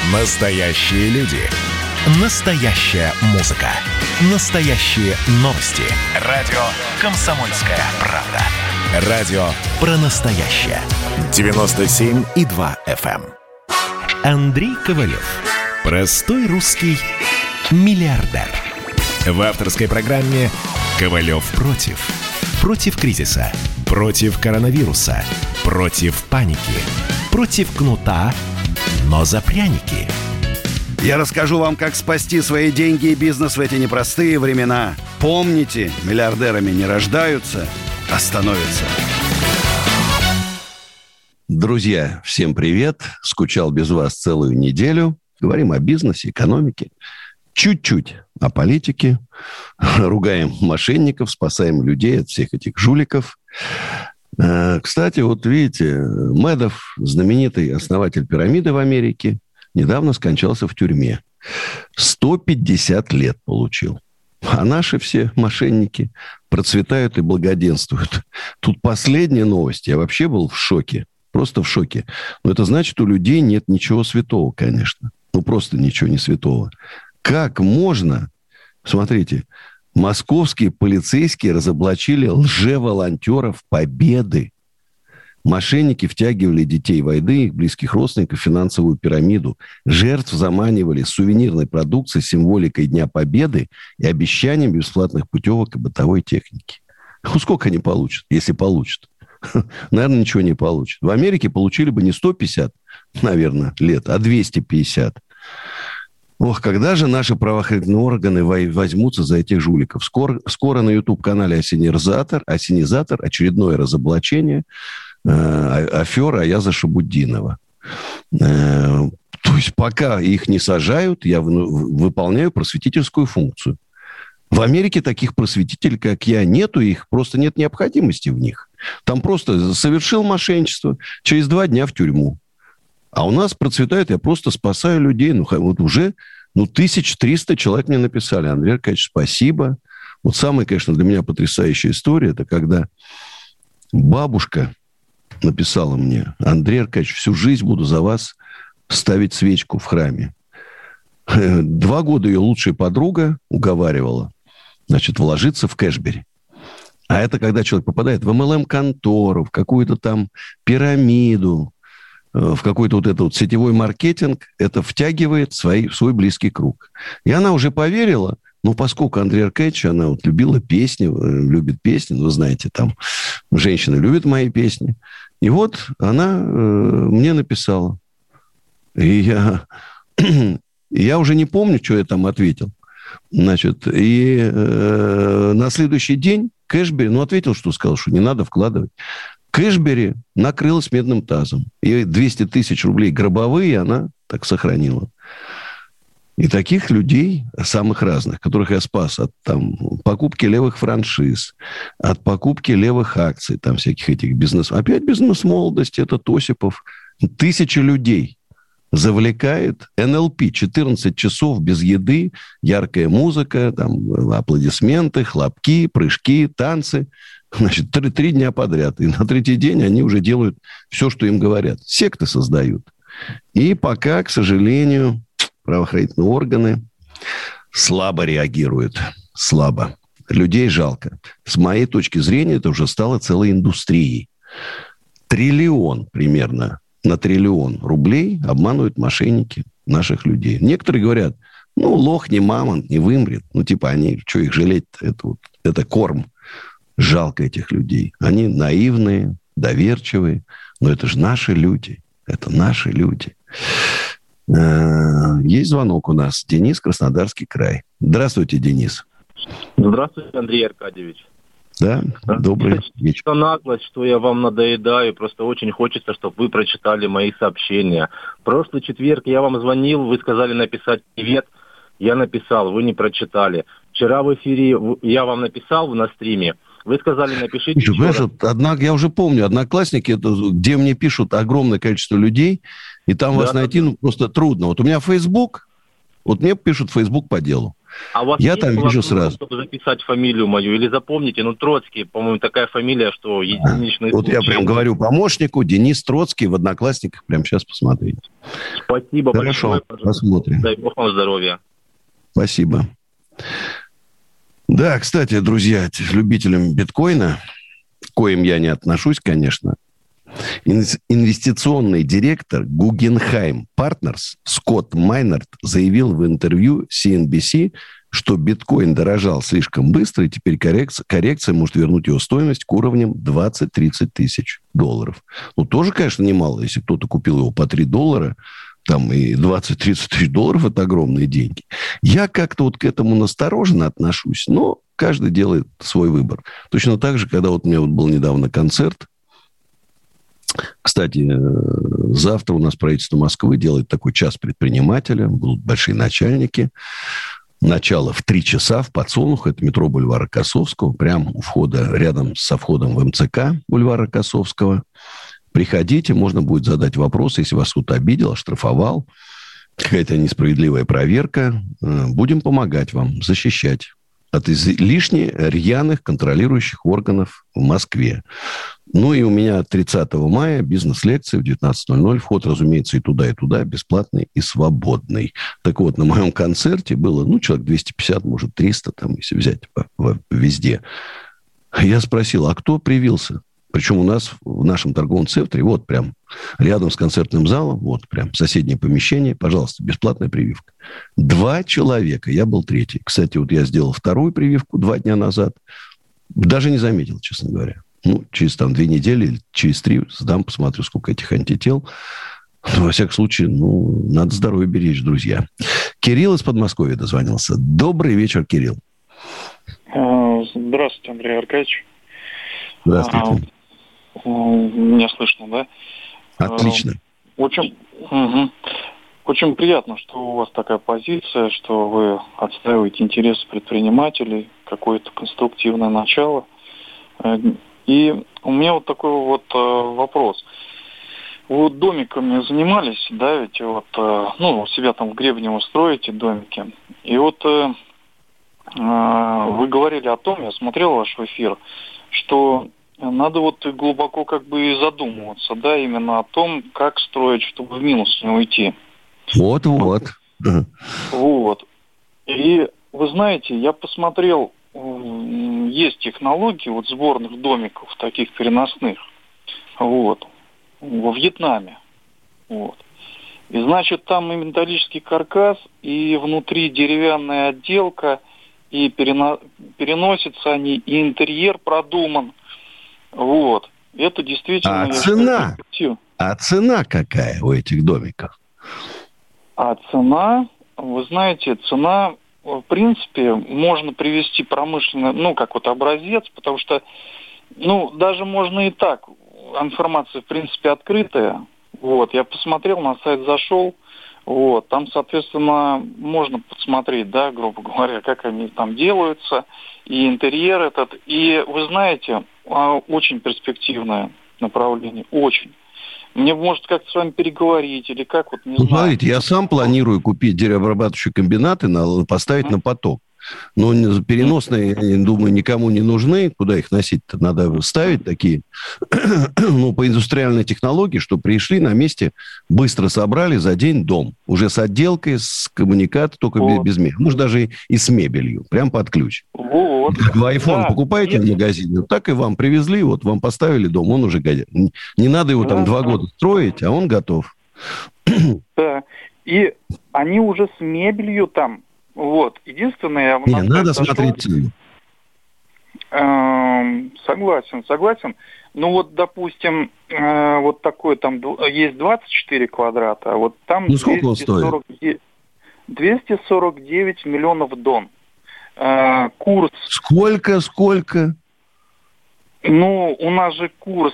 Настоящие люди. Настоящая музыка. Настоящие новости. Радио «Комсомольская правда». Радио про настоящее. 97,2 FM. Андрей Ковалев. Простой русский миллиардер. В авторской программе «Ковалев против». Против кризиса. Против коронавируса. Против паники. Против кнута, но за пряники. Я расскажу вам, как спасти свои деньги и бизнес в эти непростые времена. Помните, миллиардерами не рождаются, а становятся. Друзья, всем привет. Скучал без вас целую неделю. Говорим о бизнесе, экономике. Чуть-чуть о политике. Ругаем мошенников, спасаем людей от всех этих жуликов. Кстати, вот видите, Медов, знаменитый основатель пирамиды в Америке, недавно скончался в тюрьме. 150 лет получил. А наши все мошенники процветают и благоденствуют. Тут последняя новость. Я вообще был в шоке. Просто в шоке. Но это значит, у людей нет ничего святого, конечно. Ну, просто ничего не святого. Как можно... Смотрите, московские полицейские разоблачили лжеволонтеров Победы. Мошенники втягивали детей войны, их близких родственников в финансовую пирамиду. Жертв заманивали с сувенирной продукцией, символикой Дня Победы и обещанием бесплатных путевок и бытовой техники. Ну, сколько они получат, если получат? Наверное, ничего не получат. В Америке получили бы не 150, наверное, лет, а 250. Ох, когда же наши правоохранительные органы возьмутся за этих жуликов? Скоро на YouTube-канале «Осенизатор» очередное разоблачение аферы Аяза Шабуддинова. То есть, пока их не сажают, я выполняю просветительскую функцию. В Америке таких просветителей, как я, нету, их просто нет необходимости в них. Там просто совершил мошенничество, через 2 дня в тюрьму. А у нас процветает, я просто спасаю людей. Ну, вот уже 1300 человек мне написали. Андрей Аркадьевич, спасибо. Вот самая, конечно, для меня потрясающая история, это когда бабушка написала мне: Андрей Аркадьевич, всю жизнь буду за вас ставить свечку в храме. 2 года ее лучшая подруга уговаривала, значит, вложиться в Кэшбери. А это когда человек попадает в MLM-контору, в какую-то там пирамиду, в какой-то вот этот вот сетевой маркетинг, это втягивает в свой близкий круг. И она уже поверила, но поскольку Андрей Аркадьевич, она вот любила песни, любит песни, вы знаете, там женщины любят мои песни. И вот она мне написала. И я уже не помню, что я там ответил. Значит, и на следующий день Кэшбери, ответил, что сказал, что не надо вкладывать. Кэшбери накрылась медным тазом. И 200 тысяч рублей гробовые она так сохранила. И таких людей, самых разных, которых я спас от покупки левых франшиз, от покупки левых акций, там всяких этих опять бизнес-молодости, это Осипов. 1000 людей завлекает НЛП. 14 часов без еды, яркая музыка, там аплодисменты, хлопки, прыжки, танцы. Значит, 3 дня подряд. И на 3-й день они уже делают все, что им говорят. Секты создают. И пока, к сожалению, правоохранительные органы слабо реагируют. Слабо. Людей жалко. С моей точки зрения, это уже стало целой индустрией. 1 триллион примерно, на 1 триллион рублей обманывают мошенники наших людей. Некоторые говорят, лох не мамонт, не вымрет. Они, что их жалеть-то? Это корм. Жалко этих людей. Они наивные, доверчивые. Но это же наши люди. Это наши люди. Есть звонок у нас. Денис, Краснодарский край. Здравствуйте, Денис. Здравствуйте, Андрей Аркадьевич. Да, добрый вечер. Это наглость, что я вам надоедаю. Просто очень хочется, чтобы вы прочитали мои сообщения. В прошлый четверг я вам звонил, вы сказали написать привет. Я написал, вы не прочитали. Вчера в эфире я вам написал на стриме. Вы сказали, напишите еще раз. Однако, я уже помню, Одноклассники, это где мне пишут огромное количество людей, и там вас найти просто трудно. Вот у меня Facebook, вот мне пишут Facebook по делу. А у вас Я есть там вижу сразу. чтобы записать фамилию мою? Или запомните, Троцкий, по-моему, такая фамилия, что единичный Вот случай. я прям говорю помощнику, Денис Троцкий в Одноклассниках, прям сейчас посмотрите. Спасибо Хорошо, большое. посмотрим. Дай бог вам здоровья. Спасибо. Да, кстати, друзья, любителям биткоина, к коим я не отношусь, конечно, инвестиционный директор Guggenheim Partners Скотт Майнард заявил в интервью CNBC, что биткоин дорожал слишком быстро, и теперь коррекция может вернуть его стоимость к уровням 20-30 тысяч долларов. Ну, тоже, конечно, немало. Если кто-то купил его по $3, там и 20-30 тысяч долларов – это огромные деньги. Я как-то вот к этому настороженно отношусь, но каждый делает свой выбор. Точно так же, когда вот у меня вот был недавно концерт. Кстати, завтра у нас правительство Москвы делает такой час предпринимателя. Будут большие начальники. Начало в 3 часа в Подсолнух. Это метро бульвара Косовского. Прямо у входа, рядом со входом в МЦК бульвара Косовского. Приходите, можно будет задать вопрос, если вас кто-то обидел, оштрафовал. Какая-то несправедливая проверка. Будем помогать вам, защищать от излишне рьяных контролирующих органов в Москве. Ну и у меня 30 мая бизнес-лекция в 19:00. Вход, разумеется, и туда, бесплатный и свободный. Так вот, на моем концерте было, человек 250, может, 300, там, если взять везде. Я спросил, а кто привился? Причем у нас в нашем торговом центре, вот прям рядом с концертным залом, вот прям соседнее помещение, пожалуйста, бесплатная прививка. 2 человека, я был 3-й. Кстати, вот я сделал 2-ю прививку 2 дня назад. Даже не заметил, честно говоря. Через 2 недели или через 3 сдам, посмотрю, сколько этих антител. Но, во всяком случае, надо здоровье беречь, друзья. Кирилл из Подмосковья дозвонился. Добрый вечер, Кирилл. Здравствуйте, Андрей Аркадьевич. Здравствуйте. Меня слышно, да? Отлично. Очень приятно, что у вас такая позиция, что вы отстаиваете интересы предпринимателей, какое-то конструктивное начало. И у меня вот такой вот вопрос. Вы вот домиками занимались, да, ведь вот, у себя там в Гребнево строите домики. И вот вы говорили о том, я смотрел ваш эфир, что надо вот глубоко как бы задумываться, да, именно о том, как строить, чтобы в минус не уйти. Вот. Вот. И вы знаете, я посмотрел, есть технологии вот сборных домиков, таких переносных, вот, во Вьетнаме. Вот. И значит, там и металлический каркас, и внутри деревянная отделка, и переносятся они, и интерьер продуман. Вот. Это действительно... А цена какая у этих домиков? А цена, вы знаете, в принципе, можно привести промышленно, как вот образец, потому что, даже можно и так. Информация, в принципе, открытая. Вот. Я посмотрел, на сайт зашел. Вот. Там, соответственно, можно посмотреть, да, грубо говоря, как они там делаются. И интерьер этот. И, вы знаете, очень перспективное направление. Очень. Мне, может, как-то с вами переговорить или как, вот не знаю. Смотрите, я сам планирую купить деревообрабатывающие комбинаты, поставить на поток. Но переносные, я думаю, никому не нужны. Куда их носить-то? Надо ставить такие, по индустриальной технологии, чтобы пришли на месте, быстро собрали за день дом. Уже с отделкой, с коммуникацией, только без мебели. Может, даже и с мебелью. Прям под ключ. Вот. Как вы iPhone покупаете в магазине, так и вам привезли, вот вам поставили дом, он уже годится. Не надо его там 2 года строить, а он готов. Да. И они уже с мебелью там. Вот. Единственное... надо смотреть цену. Согласен. Вот, допустим, вот такой там есть 24 квадрата, а вот там... сколько он стоит? 249 миллионов дон. Курс... Сколько? У нас же курс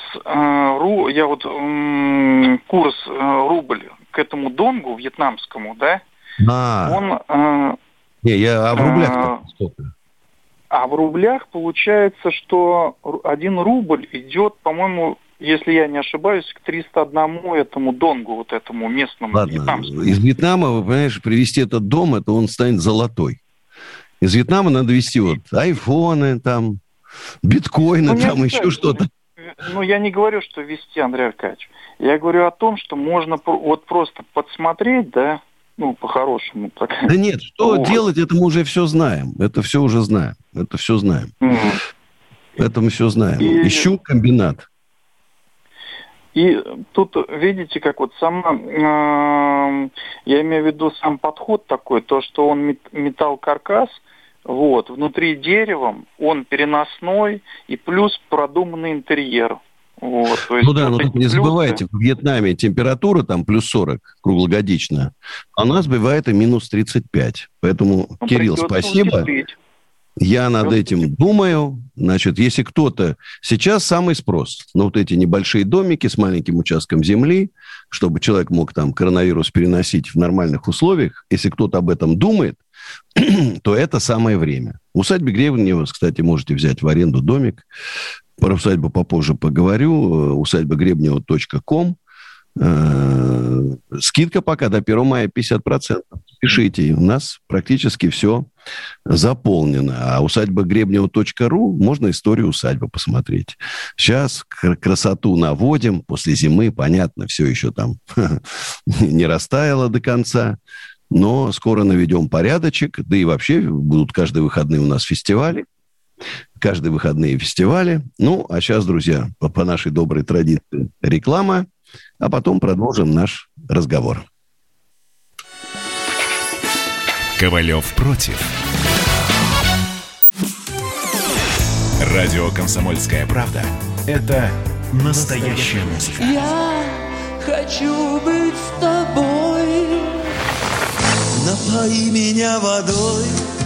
курс рубль к этому донгу вьетнамскому, да? Он... в рублях сколько? А в рублях получается, что 1 рубль идет, по-моему, если я не ошибаюсь, к 301 этому донгу, вот этому местному. Ладно, из Вьетнама, вы понимаешь, привезти этот дом, это он станет золотой. Из Вьетнама надо везти вот айфоны, там, биткоины, там еще что-то. Ну, я не говорю, что везти, Андрей Аркадьевич. Я говорю о том, что можно вот просто подсмотреть, да, ну, по-хорошему. Так. Да нет, что делать, это мы уже все знаем. Это все уже знаем. Это все знаем. Это мы все знаем. Ищу комбинат. И тут, видите, как вот сама, я имею в виду сам подход такой, то, что он металл-каркас, вот, внутри деревом, он переносной и плюс продуманный интерьер. Вот, то есть, ну да, но тут не забывайте, в Вьетнаме температура там плюс 40 круглогодично, а у нас бывает и минус 35. Поэтому, ну, Кирилл, спасибо. Утеплить. Я над этим думаю. Значит, если кто-то... Сейчас самый спрос на вот эти небольшие домики с маленьким участком земли, чтобы человек мог там коронавирус переносить в нормальных условиях. Если кто-то об этом думает, то это самое время. В усадьбе Гребнева, кстати, можете взять в аренду домик. Про усадьбу попозже поговорю. Усадьбагребнева.com. Скидка пока до 1 мая 50%. Пишите, у нас практически все заполнено. А усадьбагребнева.ру можно историю усадьбы посмотреть. Сейчас красоту наводим. После зимы, понятно, все еще там не растаяло до конца. Но скоро наведем порядочек. Да и вообще будут каждые выходные у нас фестивали. Каждые выходные фестивали. Ну, а сейчас, друзья, по нашей доброй традиции реклама. А потом продолжим наш разговор. Ковалев против. Радио «Комсомольская правда» – это настоящая музыка. Я хочу быть с тобой. Напои меня водой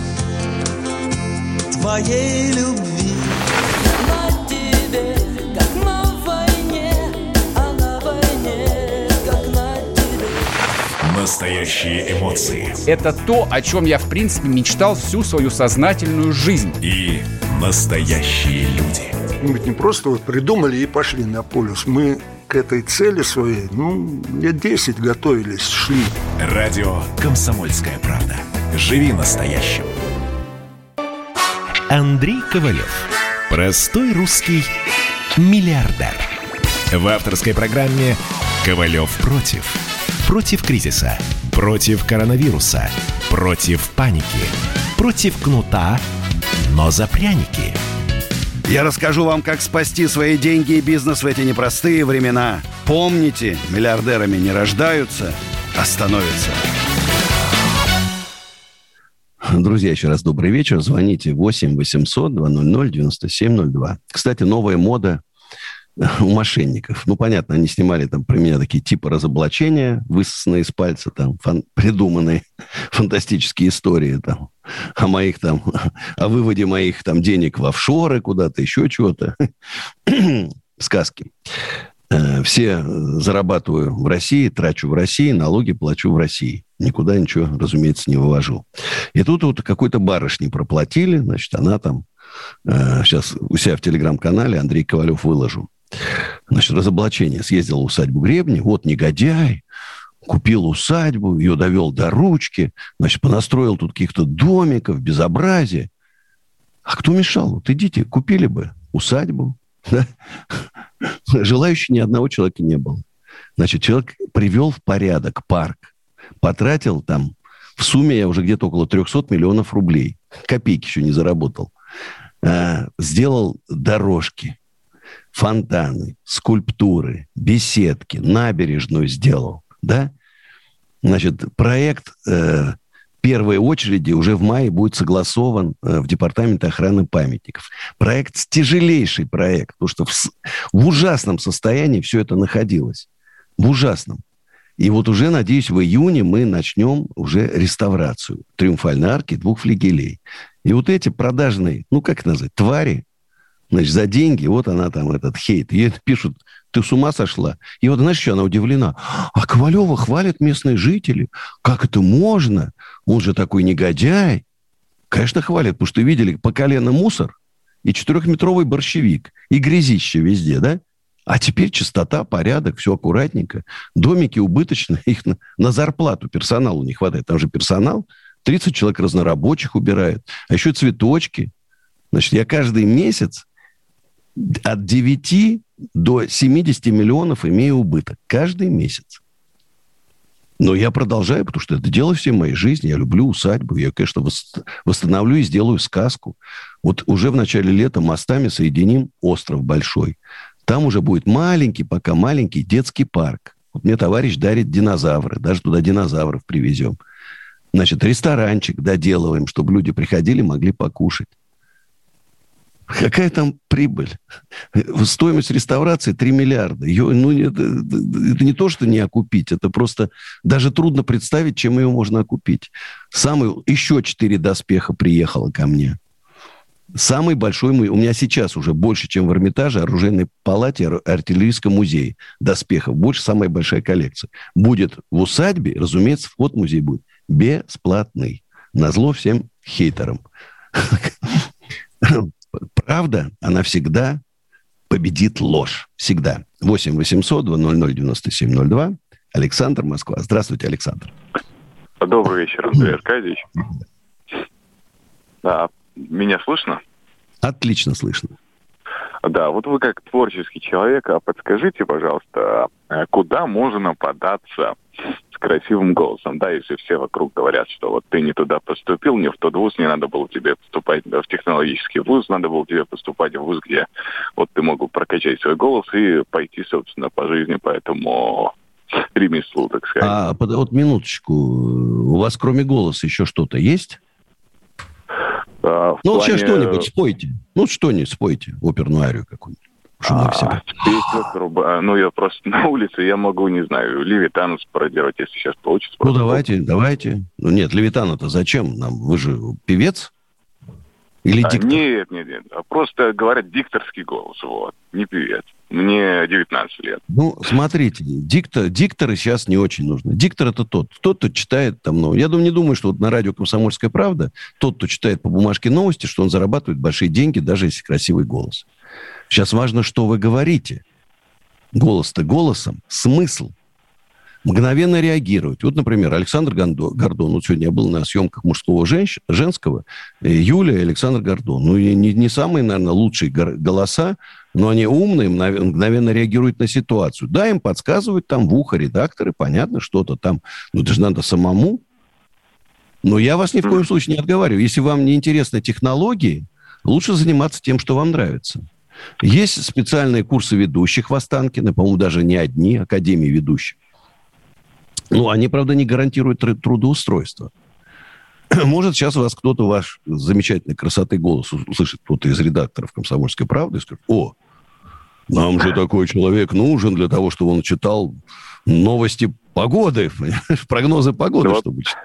твоей любви. На тебе, как на войне, а на войне, как на тебе. Настоящие эмоции. Это то, о чем я, в принципе, мечтал всю свою сознательную жизнь. И настоящие люди. Мы ведь не просто вот придумали и пошли на полюс. Мы к этой цели своей, лет 10 готовились, шли. Радио «Комсомольская правда». Живи настоящим. Андрей Ковалев. Простой русский миллиардер. В авторской программе «Ковалев против». Против кризиса, против коронавируса, против паники, против кнута, но за пряники. Я расскажу вам, как спасти свои деньги и бизнес в эти непростые времена. Помните, миллиардерами не рождаются, а становятся. Друзья, еще раз добрый вечер. Звоните 8 800 200 9702. Кстати, новая мода у мошенников. Ну, понятно, они снимали там про меня такие типы разоблачения, высосанные из пальца, там, придуманные фантастические истории там, о моих там, о выводе моих там денег в офшоры куда-то, еще чего-то. Сказки. Все зарабатываю в России, трачу в России, налоги плачу в России. Никуда ничего, разумеется, не вывожу. И тут вот какой-то барышни проплатили, значит, она там, сейчас у себя в телеграм-канале Андрей Ковалев выложу. Значит, разоблачение. Съездил в усадьбу Гребни, вот негодяй, купил усадьбу, ее довел до ручки, значит, понастроил тут каких-то домиков, безобразие. А кто мешал? Вот идите, купили бы усадьбу. Да? Желающих ни одного человека не было. Значит, человек привел в порядок парк, потратил там, в сумме я уже где-то около 300 миллионов рублей. Копейки еще не заработал. Сделал дорожки, фонтаны, скульптуры, беседки, набережную сделал. Да? Значит, проект первой очереди уже в мае будет согласован в Департаменте охраны памятников. Проект, тяжелейший проект, потому что в ужасном состоянии все это находилось. В ужасном. И вот уже, надеюсь, в июне мы начнем уже реставрацию Триумфальной арки 2 флигелей. И вот эти продажные, как это назвать, твари, значит, за деньги, вот она там, этот хейт. Ей пишут, ты с ума сошла? И вот, знаешь, что она удивлена? А Ковалева хвалят местные жители. Как это можно? Он же такой негодяй. Конечно, хвалят, потому что видели по колено мусор и 4-метровый борщевик, и грязище везде, да? А теперь чистота, порядок, все аккуратненько. Домики убыточные, их на зарплату персоналу не хватает. Там же персонал 30 человек разнорабочих убирает. А еще цветочки. Значит, я каждый месяц от 9 до 70 миллионов имею убыток. Каждый месяц. Но я продолжаю, потому что это дело всей моей жизни. Я люблю усадьбу. Я, конечно, восстановлю и сделаю сказку. Вот уже в начале лета мостами соединим остров большой. Там уже будет маленький, пока маленький детский парк. Вот мне товарищ дарит динозавры. Даже туда динозавров привезем. Значит, ресторанчик доделываем, чтобы люди приходили, могли покушать. Какая там прибыль? Стоимость реставрации 3 миллиарда. Это не то, что не окупить. Это просто даже трудно представить, чем ее можно окупить. Еще 4 доспеха приехало ко мне. Самый большой... У меня сейчас уже больше, чем в Эрмитаже, оружейной палате, артиллерийском музее доспехов. Больше, самая большая коллекция. Будет в усадьбе, разумеется, вход в музей будет бесплатный. Назло всем хейтерам. Правда, она всегда победит ложь. Всегда. 8 800 200 97 02. Александр, Москва. Здравствуйте, Александр. Добрый вечер, Андрей Аркадьевич. Да, меня слышно? Отлично слышно. Да, вот вы как творческий человек, подскажите, пожалуйста, куда можно податься с красивым голосом, да, если все вокруг говорят, что вот ты не туда поступил, не в тот вуз, не надо было тебе поступать в технологический вуз, надо было тебе поступать в вуз, где вот ты мог бы прокачать свой голос и пойти, собственно, по жизни по этому ремеслу, так сказать. Вот минуточку, у вас кроме голоса еще что-то есть? Сейчас что-нибудь спойте. Что-нибудь спойте, оперную арию какую-нибудь. Я просто на улице, я могу, не знаю, Левитан спародировать, если сейчас получится. Давайте. Нет, Левитан-то зачем нам? Вы же певец? Или диктор? Нет. Просто говорят дикторский голос, вот, не певец. Мне 19 лет. Смотрите, дикторы сейчас не очень нужны. Диктор это тот, кто читает там, я не думаю, что вот на радио «Комсомольская правда» тот, кто читает по бумажке новости, что он зарабатывает большие деньги, даже если красивый голос. Сейчас важно, что вы говорите. Голос-то голосом, смысл. Мгновенно реагировать. Вот, например, Александр Гордон. Вот сегодня я был на съемках мужского, женского. Юля и Александр Гордон. Не самые, наверное, лучшие голоса, но они умные, мгновенно реагируют на ситуацию. Да, им подсказывают там в ухо редакторы, понятно, что-то там. Это же надо самому. Но я вас ни в коем случае не отговариваю. Если вам не интересны технологии, лучше заниматься тем, что вам нравится. Есть специальные курсы ведущих в Останкино, по-моему, даже не одни, академии ведущих. Они, правда, не гарантируют трудоустройство. Может, сейчас у вас кто-то ваш замечательной красоты голос услышит, кто-то из редакторов «Комсомольской правды» и скажет: нам же такой человек нужен для того, чтобы он читал новости погоды, прогнозы погоды, чтобы читать.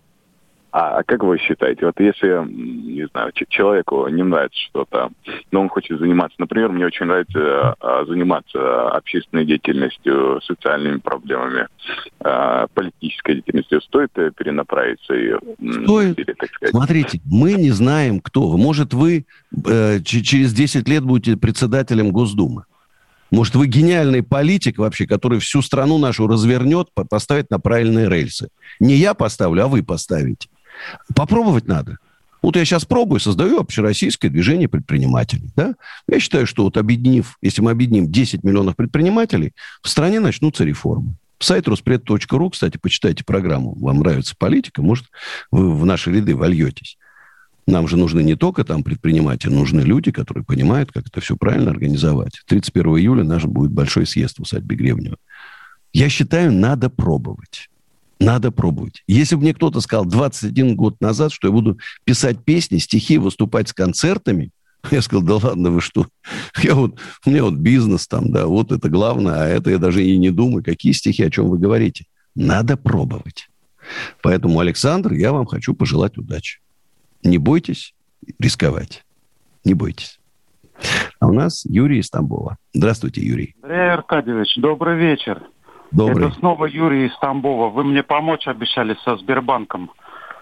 А как вы считаете, вот если, не знаю, человеку не нравится что-то, но он хочет заниматься, например, мне очень нравится заниматься общественной деятельностью, социальными проблемами, политической деятельностью, стоит перенаправиться? Стоит. Или, так сказать... Смотрите, мы не знаем, кто вы. Может, вы через 10 лет будете председателем Госдумы. Может, вы гениальный политик вообще, который всю страну нашу развернет, поставит на правильные рельсы. Не я поставлю, а вы поставите. Попробовать надо. Вот я сейчас пробую, создаю общероссийское движение предпринимателей. Да? Я считаю, что если мы объединим 10 миллионов предпринимателей, в стране начнутся реформы. Сайт Ruspred.ru, кстати, почитайте программу. Вам нравится политика, может, вы в наши ряды вольетесь. Нам же нужны не только там предприниматели, нужны люди, которые понимают, как это все правильно организовать. 31 июля наш будет большой съезд в усадьбе Гребнева. Я считаю, надо пробовать. Надо пробовать. Если бы мне кто-то сказал 21 год назад, что я буду писать песни, стихи, выступать с концертами, я сказал: да ладно, вы что? У меня бизнес там, да, вот это главное, а это я даже и не думаю. Какие стихи, о чем вы говорите? Надо пробовать. Поэтому, Александр, я вам хочу пожелать удачи. Не бойтесь рисковать. Не бойтесь. А у нас Юрий из Тамбова. Здравствуйте, Юрий. Андрей Аркадьевич, добрый вечер. Добрый. Это снова Юрий из Тамбова. Вы мне помочь обещали со Сбербанком.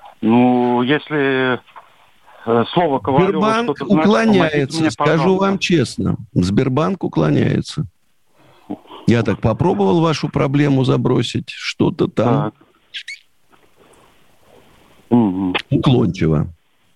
Если слово Ковалева... Сбербанк уклоняется, мне, скажу вам честно. Сбербанк уклоняется. Я так попробовал вашу проблему забросить. Что-то там... Угу. Уклончиво.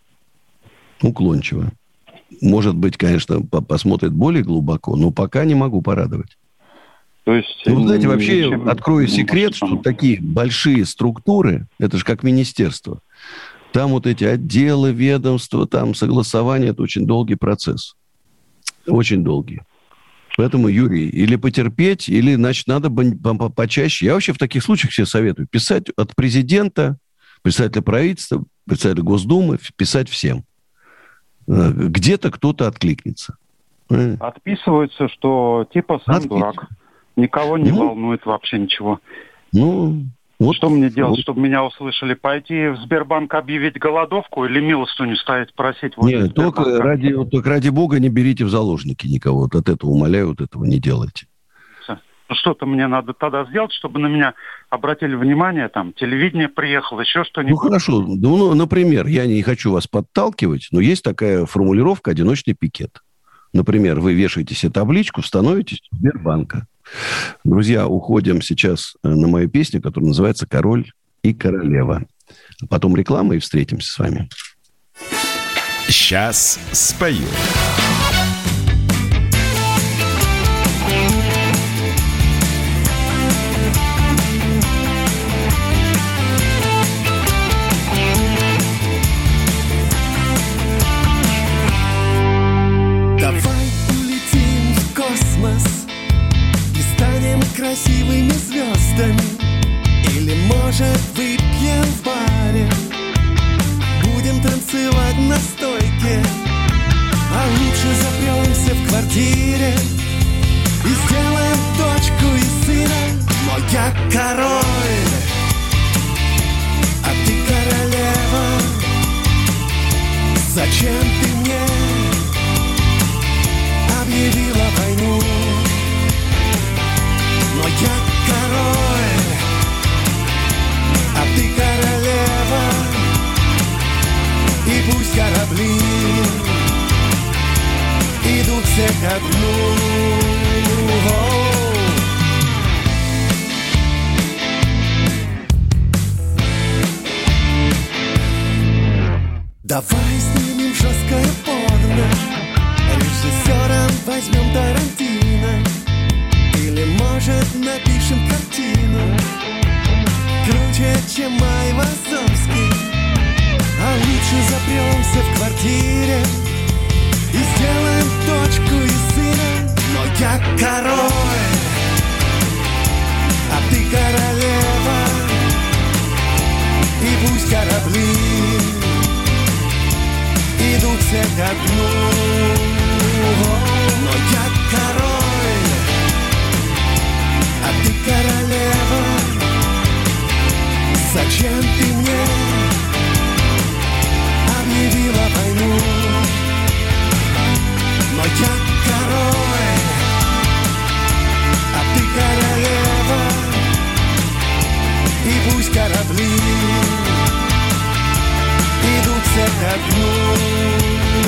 Может быть, конечно, посмотрит более глубоко, но пока не могу порадовать. То есть, вы знаете, вообще открою секрет, что такие большие структуры, это же как министерство, там вот эти отделы, ведомства, там согласование, это очень долгий процесс. Очень долгий. Поэтому, Юрий, или потерпеть, или, значит, надо почаще. Я вообще в таких случаях все советую писать от президента, председателя правительства, председателя Госдумы, писать всем. Где-то кто-то откликнется. Отписываются, что типа сам дурак. Никого не волнует вообще ничего. Вот, что мне делать, чтобы меня услышали? Пойти в Сбербанк объявить голодовку или милостыню ставить, просить? Нет, только ради бога не берите в заложники никого. Вот от этого умоляю, вот этого не делайте. Что-то мне надо тогда сделать, чтобы на меня обратили внимание, там, телевидение приехало, еще что-нибудь. Хорошо. Например, я не хочу вас подталкивать, но есть такая формулировка «одиночный пикет». Например, вы вешаете себе табличку, становитесь в Сбербанка. Друзья, уходим сейчас на мою песню, которая называется «Король и королева». Потом реклама, и встретимся с вами. Сейчас спою. Давай улетим в космос и станем красивыми звездами. Или, может, выпьем в баре, будем танцевать на стойке, а лучше запремся в квартире и сделаем дочку и сына. Но я король, а ты королева. Зачем ты мне объявила войну? Но я король, а ты королева. И пусть корабли идут все ко дну. Давай снимем жесткое порно, режиссером возьмем Тарантино. Или, может, напишем картину круче, чем Май Вазовский. А лучше запремся в квартире и сделаем дочку и сына. Но я король, а ты королева. И пусть корабли идут все ко дну. Но я король, а ты королева. Зачем ты мне объявила войну? Но я король, а ты королева. И пусть корабли идут все ко дну.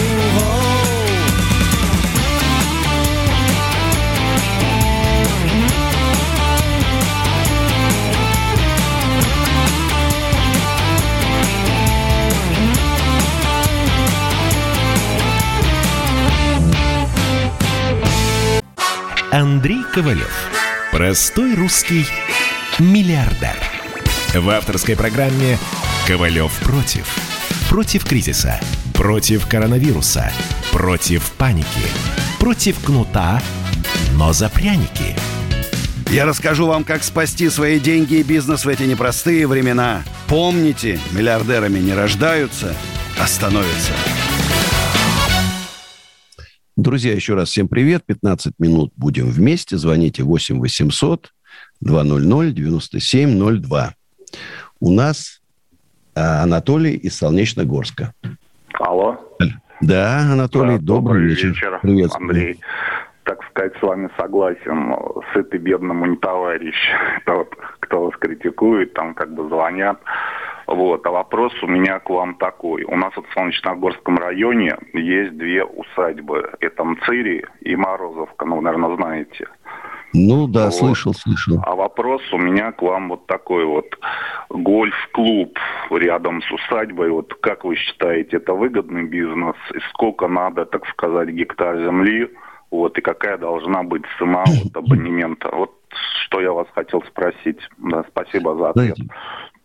Андрей Ковалев. Простой русский миллиардер. В авторской программе «Ковалев против». Против кризиса, против коронавируса, против паники, против кнута, но за пряники. Я расскажу вам, как спасти свои деньги и бизнес в эти непростые времена. Помните, миллиардерами не рождаются, а становятся. Друзья, еще раз всем привет. 15 минут будем вместе. Звоните 8 800 200 9702. У нас Анатолий из Солнечногорска. Алло. Да, Анатолий, да, добрый вечер. Привет, Андрей. Так сказать, с вами согласен. Сытый бедному не товарищ. Тот, кто вас критикует, там как бы звонят. Вот. А вопрос у меня к вам такой. У нас вот в Солнечногорском районе есть две усадьбы. Это Мцыри и Морозовка, ну, вы, наверное, знаете. Ну да, Вот. слышал. А вопрос у меня к вам вот такой вот. Гольф-клуб рядом с усадьбой. Вот как вы считаете, это выгодный бизнес? И сколько надо, так сказать, гектар земли? Вот, и какая должна быть цена вот абонемента? Вот что я вас хотел спросить. Да, спасибо за ответ. Знаете,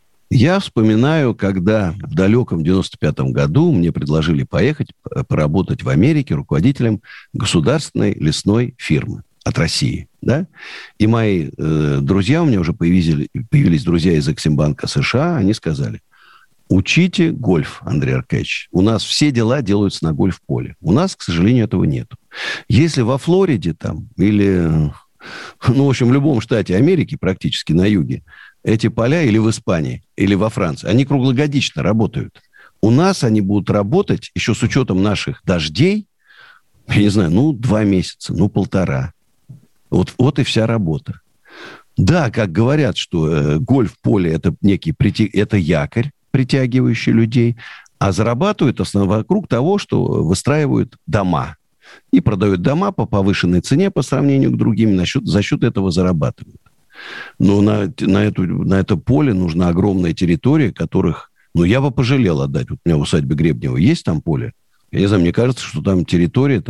я вспоминаю, когда в далеком 95-м году мне предложили поехать поработать в Америке руководителем государственной лесной фирмы от России, да? И мои друзья, у меня уже появились друзья из Эксимбанка США, они сказали: учите гольф, Андрей Аркадьевич. У нас все дела делаются на гольф-поле. У нас, к сожалению, этого нет. Если во Флориде там или, в общем, в любом штате Америки, практически на юге, эти поля, или в Испании, или во Франции, они круглогодично работают. У нас они будут работать, еще с учетом наших дождей, я не знаю, 2 месяца, 1,5. Вот и вся работа. Да, как говорят, что гольф-поле – это некий это якорь, притягивающий людей, а зарабатывают в основном вокруг того, что выстраивают дома. И продают дома по повышенной цене по сравнению к другим, за счет этого зарабатывают. Но на это поле нужна огромная территория, которых, я бы пожалел отдать. Вот у меня в усадьбе Гребнева есть там поле. Я не знаю, мне кажется, что там территория,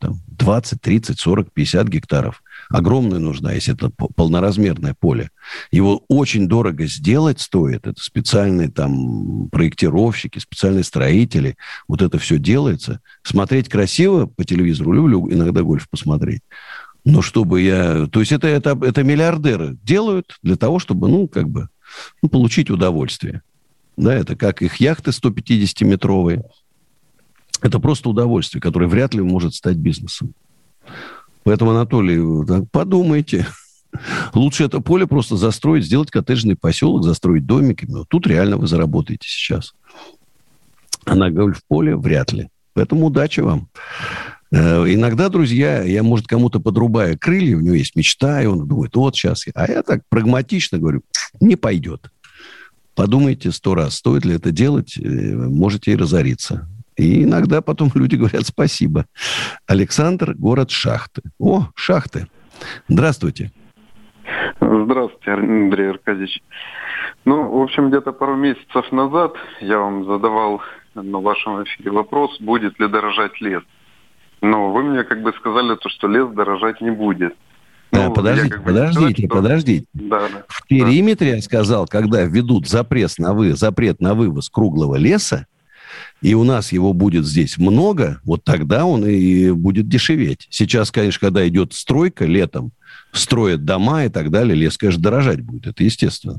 20, 30, 40, 50 гектаров. Огромная нужна, если это полноразмерное поле. Его очень дорого сделать стоит. Это специальные там проектировщики, специальные строители. Вот это все делается. Смотреть красиво по телевизору. Люблю иногда гольф посмотреть. Но чтобы То есть это миллиардеры делают для того, чтобы, получить удовольствие. Да, это как их яхты 150-метровые. Это просто удовольствие, которое вряд ли может стать бизнесом. Поэтому, Анатолий, подумайте. Лучше это поле просто застроить, сделать коттеджный поселок, застроить домиками. Вот тут реально вы заработаете сейчас. А на гольф-поле вряд ли. Поэтому удачи вам. Иногда, друзья, я, может, кому-то подрубаю крылья, у него есть мечта, и он думает, вот сейчас я. А я так прагматично говорю, не пойдет. Подумайте 100 раз, стоит ли это делать, можете и разориться. И иногда потом люди говорят спасибо. Александр, город Шахты. О, Шахты. Здравствуйте. Здравствуйте, Андрей Аркадьевич. В общем, где-то пару месяцев назад я вам задавал на вашем эфире вопрос, будет ли дорожать лес. Но вы мне сказали, что лес дорожать не будет. Подождите. Да. В периметре, я сказал, когда введут запрет на вывоз круглого леса, и у нас его будет здесь много, вот тогда он и будет дешеветь. Сейчас, конечно, когда идет стройка летом, строят дома и так далее, лес, конечно, дорожать будет. Это естественно.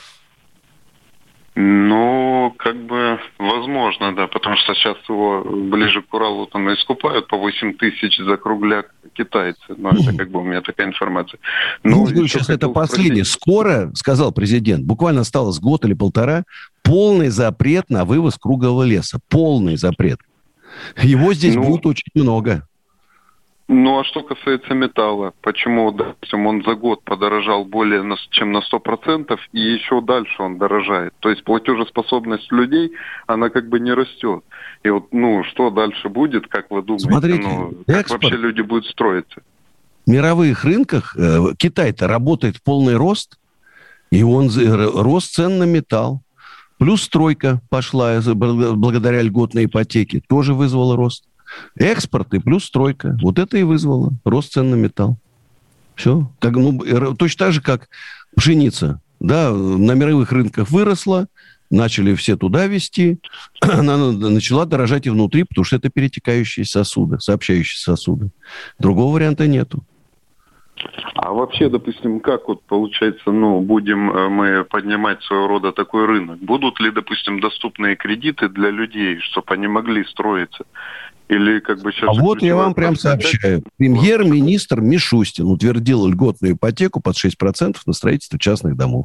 Возможно, да, потому что сейчас его ближе к Уралу там искупают по 8 тысяч за кругляк китайцы. Это у меня такая информация. Сейчас это последнее. Скоро, сказал президент, буквально осталось год или полтора, полный запрет на вывоз круглого леса. Полный запрет. Его здесь будет очень много. А что касается металла, почему, допустим, он за год подорожал более чем на 100%, и еще дальше он дорожает? То есть платежеспособность людей, она не растет. И что дальше будет, как вы думаете? Смотрите, как вообще люди будут строиться? В мировых рынках Китай-то работает в полный рост, и рост цен на металл. Плюс стройка пошла благодаря льготной ипотеке, тоже вызвала рост. Экспорт и плюс стройка. Вот это и вызвало рост цен на металл. Все. Точно так же, как пшеница. Да, на мировых рынках выросла, начали все туда везти. Она начала дорожать и внутри, потому что это перетекающие сосуды, сообщающие сосуды. Другого варианта нету. А вообще, допустим, как получается, будем мы поднимать своего рода такой рынок? Будут ли, допустим, доступные кредиты для людей, чтобы они могли строиться? Или сейчас... А вот я вам прям сообщаю. Премьер-министр Мишустин утвердил льготную ипотеку под 6% на строительство частных домов.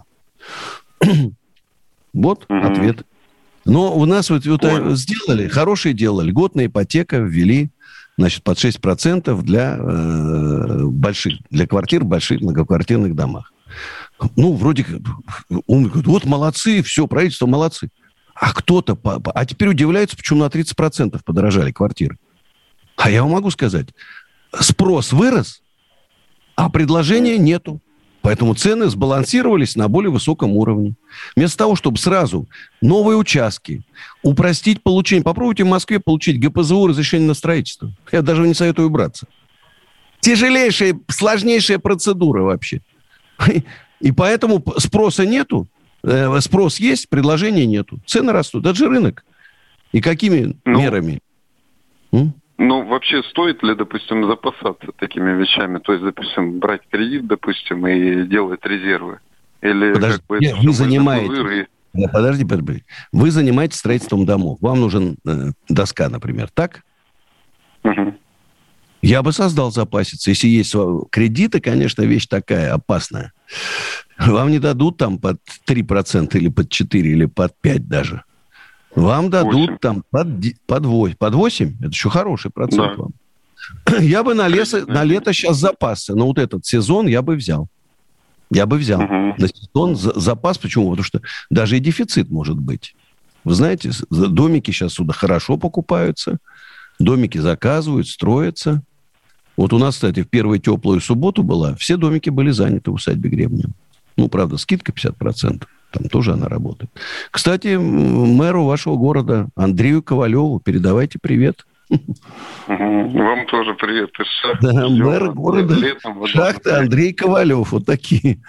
Вот ответ. Но у нас сделали хорошее дело. Льготная ипотека ввели, под 6% для квартир в больших многоквартирных домах. Вроде как, он говорит, вот молодцы, все, правительство молодцы. А кто-то... А теперь удивляются, почему на 30% подорожали квартиры. А я вам могу сказать, спрос вырос, А предложения нету. Поэтому цены сбалансировались на более высоком уровне. Вместо того, чтобы сразу новые участки, упростить получение. Попробуйте в Москве получить ГПЗУ, разрешение на строительство. Я даже не советую браться. Тяжелейшая, сложнейшая процедура вообще. И поэтому спроса нету. Спрос есть, предложения нету. Цены растут. Это же рынок. И какими мерами? Ну, вообще, стоит ли, допустим, запасаться такими вещами? То есть, допустим, брать кредит, допустим, и делать резервы? Или подожди, как бы это вы занимаетесь... Подожди. Вы занимаетесь строительством домов. Вам нужен доска, например, так? Угу. Я бы создал запаситься. Если есть кредиты, конечно, вещь такая опасная. Вам не дадут там под 3% или под 4%, или под 5% даже. Вам дадут 8. Там под 8. Это еще хороший процент, да. Вам. Я бы на лето сейчас запасся. Но вот этот сезон я бы взял. Угу. На сезон запас. Почему? Потому что даже и дефицит может быть. Вы знаете, домики сейчас сюда хорошо покупаются. Домики заказывают, строятся. Вот у нас, кстати, в первую теплую субботу была. Все домики были заняты в усадьбе Гребнева. Ну, правда, скидка 50%. Там тоже она работает. Кстати, мэру вашего города Андрею Ковалеву передавайте привет. Вам тоже привет. Да, мэр города Шахты Андрей Ковалев. Вот такие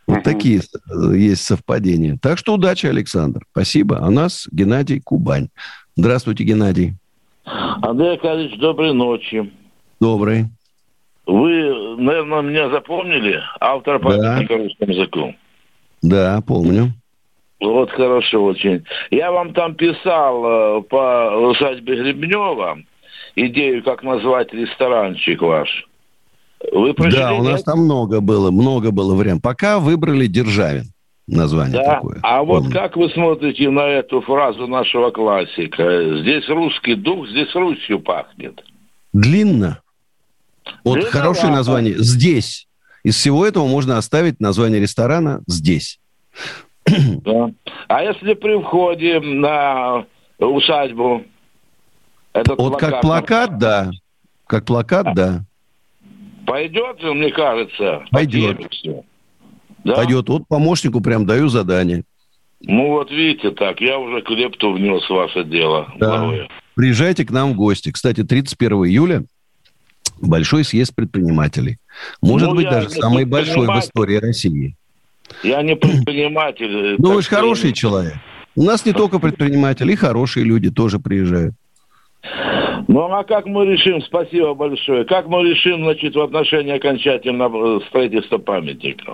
есть совпадения. Так что удачи, Александр. Спасибо. А у нас Геннадий, Кубань. Здравствуйте, Геннадий. Андрей Аркадьевич, доброй ночи. Добрый. Вы, наверное, меня запомнили? Автор памятника русскому языку. Да, помню. Вот хорошо очень. Я вам там писал по усадьбе Гребнева идею, как назвать ресторанчик ваш. Вы прочли? Да, у нас там много было вариантов. Пока выбрали Державин. Название такое. А вот как вы смотрите на эту фразу нашего классика? Здесь русский дух, здесь Русью пахнет. Длинно. Вот Длинно, хорошее название. Здесь. Из всего этого можно оставить название ресторана «Здесь». Да. А если при входе на усадьбу этот вот плакат... как плакат, да. Как плакат, да. Пойдет, мне кажется. Пойдет. Да? Пойдет. Вот помощнику прям даю задание. Ну вот видите так, я уже клепту внес в ваше дело. Да. Приезжайте к нам в гости. Кстати, 31 июля большой съезд предпринимателей. Может быть, даже самый большой в истории России. Я не предприниматель. Ну, вы же хороший человек. У нас не только предприниматели, и хорошие люди тоже приезжают. Ну, а как мы решим, спасибо большое, как мы решим, значит, в отношении окончательного строительства памятников?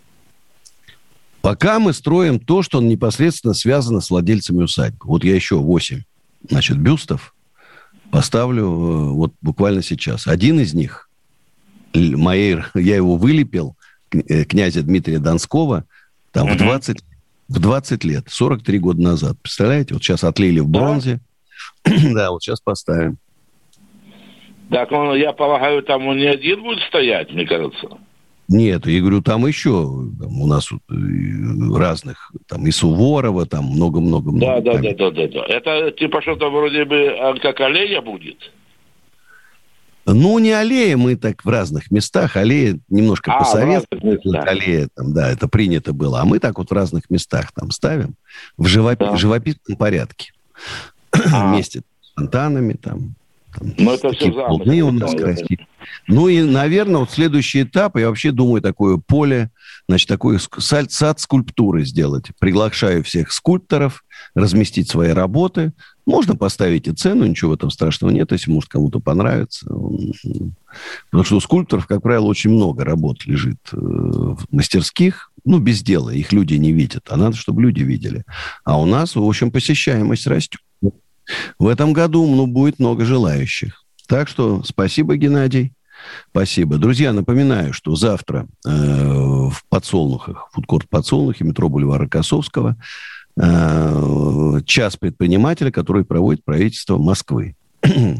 Пока мы строим то, что непосредственно связано с владельцами усадьбы. Вот я еще 8, бюстов поставлю вот буквально сейчас. Один из них, я его вылепил, князя Дмитрия Донского, там в 20 лет, 43 года назад. Представляете? Вот сейчас отлили в бронзе. Да, вот сейчас поставим. Так, я полагаю, там он не один будет стоять, мне кажется. Нет, я говорю, там еще у нас разных, там и Суворова, там много-много. Да. Это типа что-то вроде бы как аллея будет? Ну, не аллея, мы так в разных местах. Аллея немножко по-советски. Аллея, там, да, это принято было. А мы так вот в разных местах там ставим. В живописном порядке. Вместе с фонтанами там. Ну, это все замыслы у нас красивые. Ну, и, наверное, вот следующий этап, я вообще думаю, такое поле, значит, такой сад скульптуры сделать. Приглашаю всех скульпторов разместить свои работы. Можно поставить и цену, ничего в этом страшного нет, если, может, кому-то понравится. Потому что у скульпторов, как правило, очень много работ лежит в мастерских, без дела, их люди не видят, а надо, чтобы люди видели. А у нас, в общем, посещаемость растет. В этом году будет много желающих. Так что спасибо, Геннадий. Спасибо. Друзья, напоминаю, что завтра в Подсолнухах, фудкорт Подсолнухи, метро бульвара Косовского, час предпринимателя, который проводит правительство Москвы.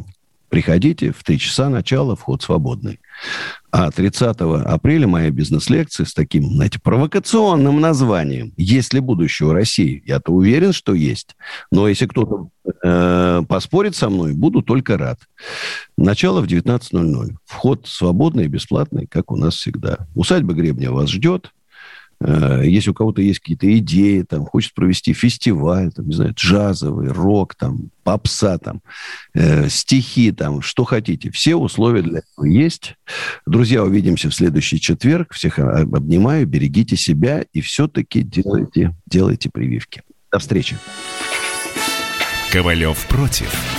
Приходите, в 3 часа начала, вход свободный. А 30 апреля моя бизнес-лекция с таким, знаете, провокационным названием «Есть ли будущее у России?». Я-то уверен, что есть. Но если кто-то поспорит со мной, буду только рад. Начало в 19:00. Вход свободный и бесплатный, как у нас всегда. Усадьба Гребня вас ждет. Если у кого-то есть какие-то идеи, там, хочет провести фестиваль, там, не знаю, джазовый, рок, там, попса, там, стихи, там, что хотите. Все условия для этого есть. Друзья, увидимся в следующий четверг. Всех обнимаю, берегите себя и все-таки делайте прививки. До встречи. Ковалев против.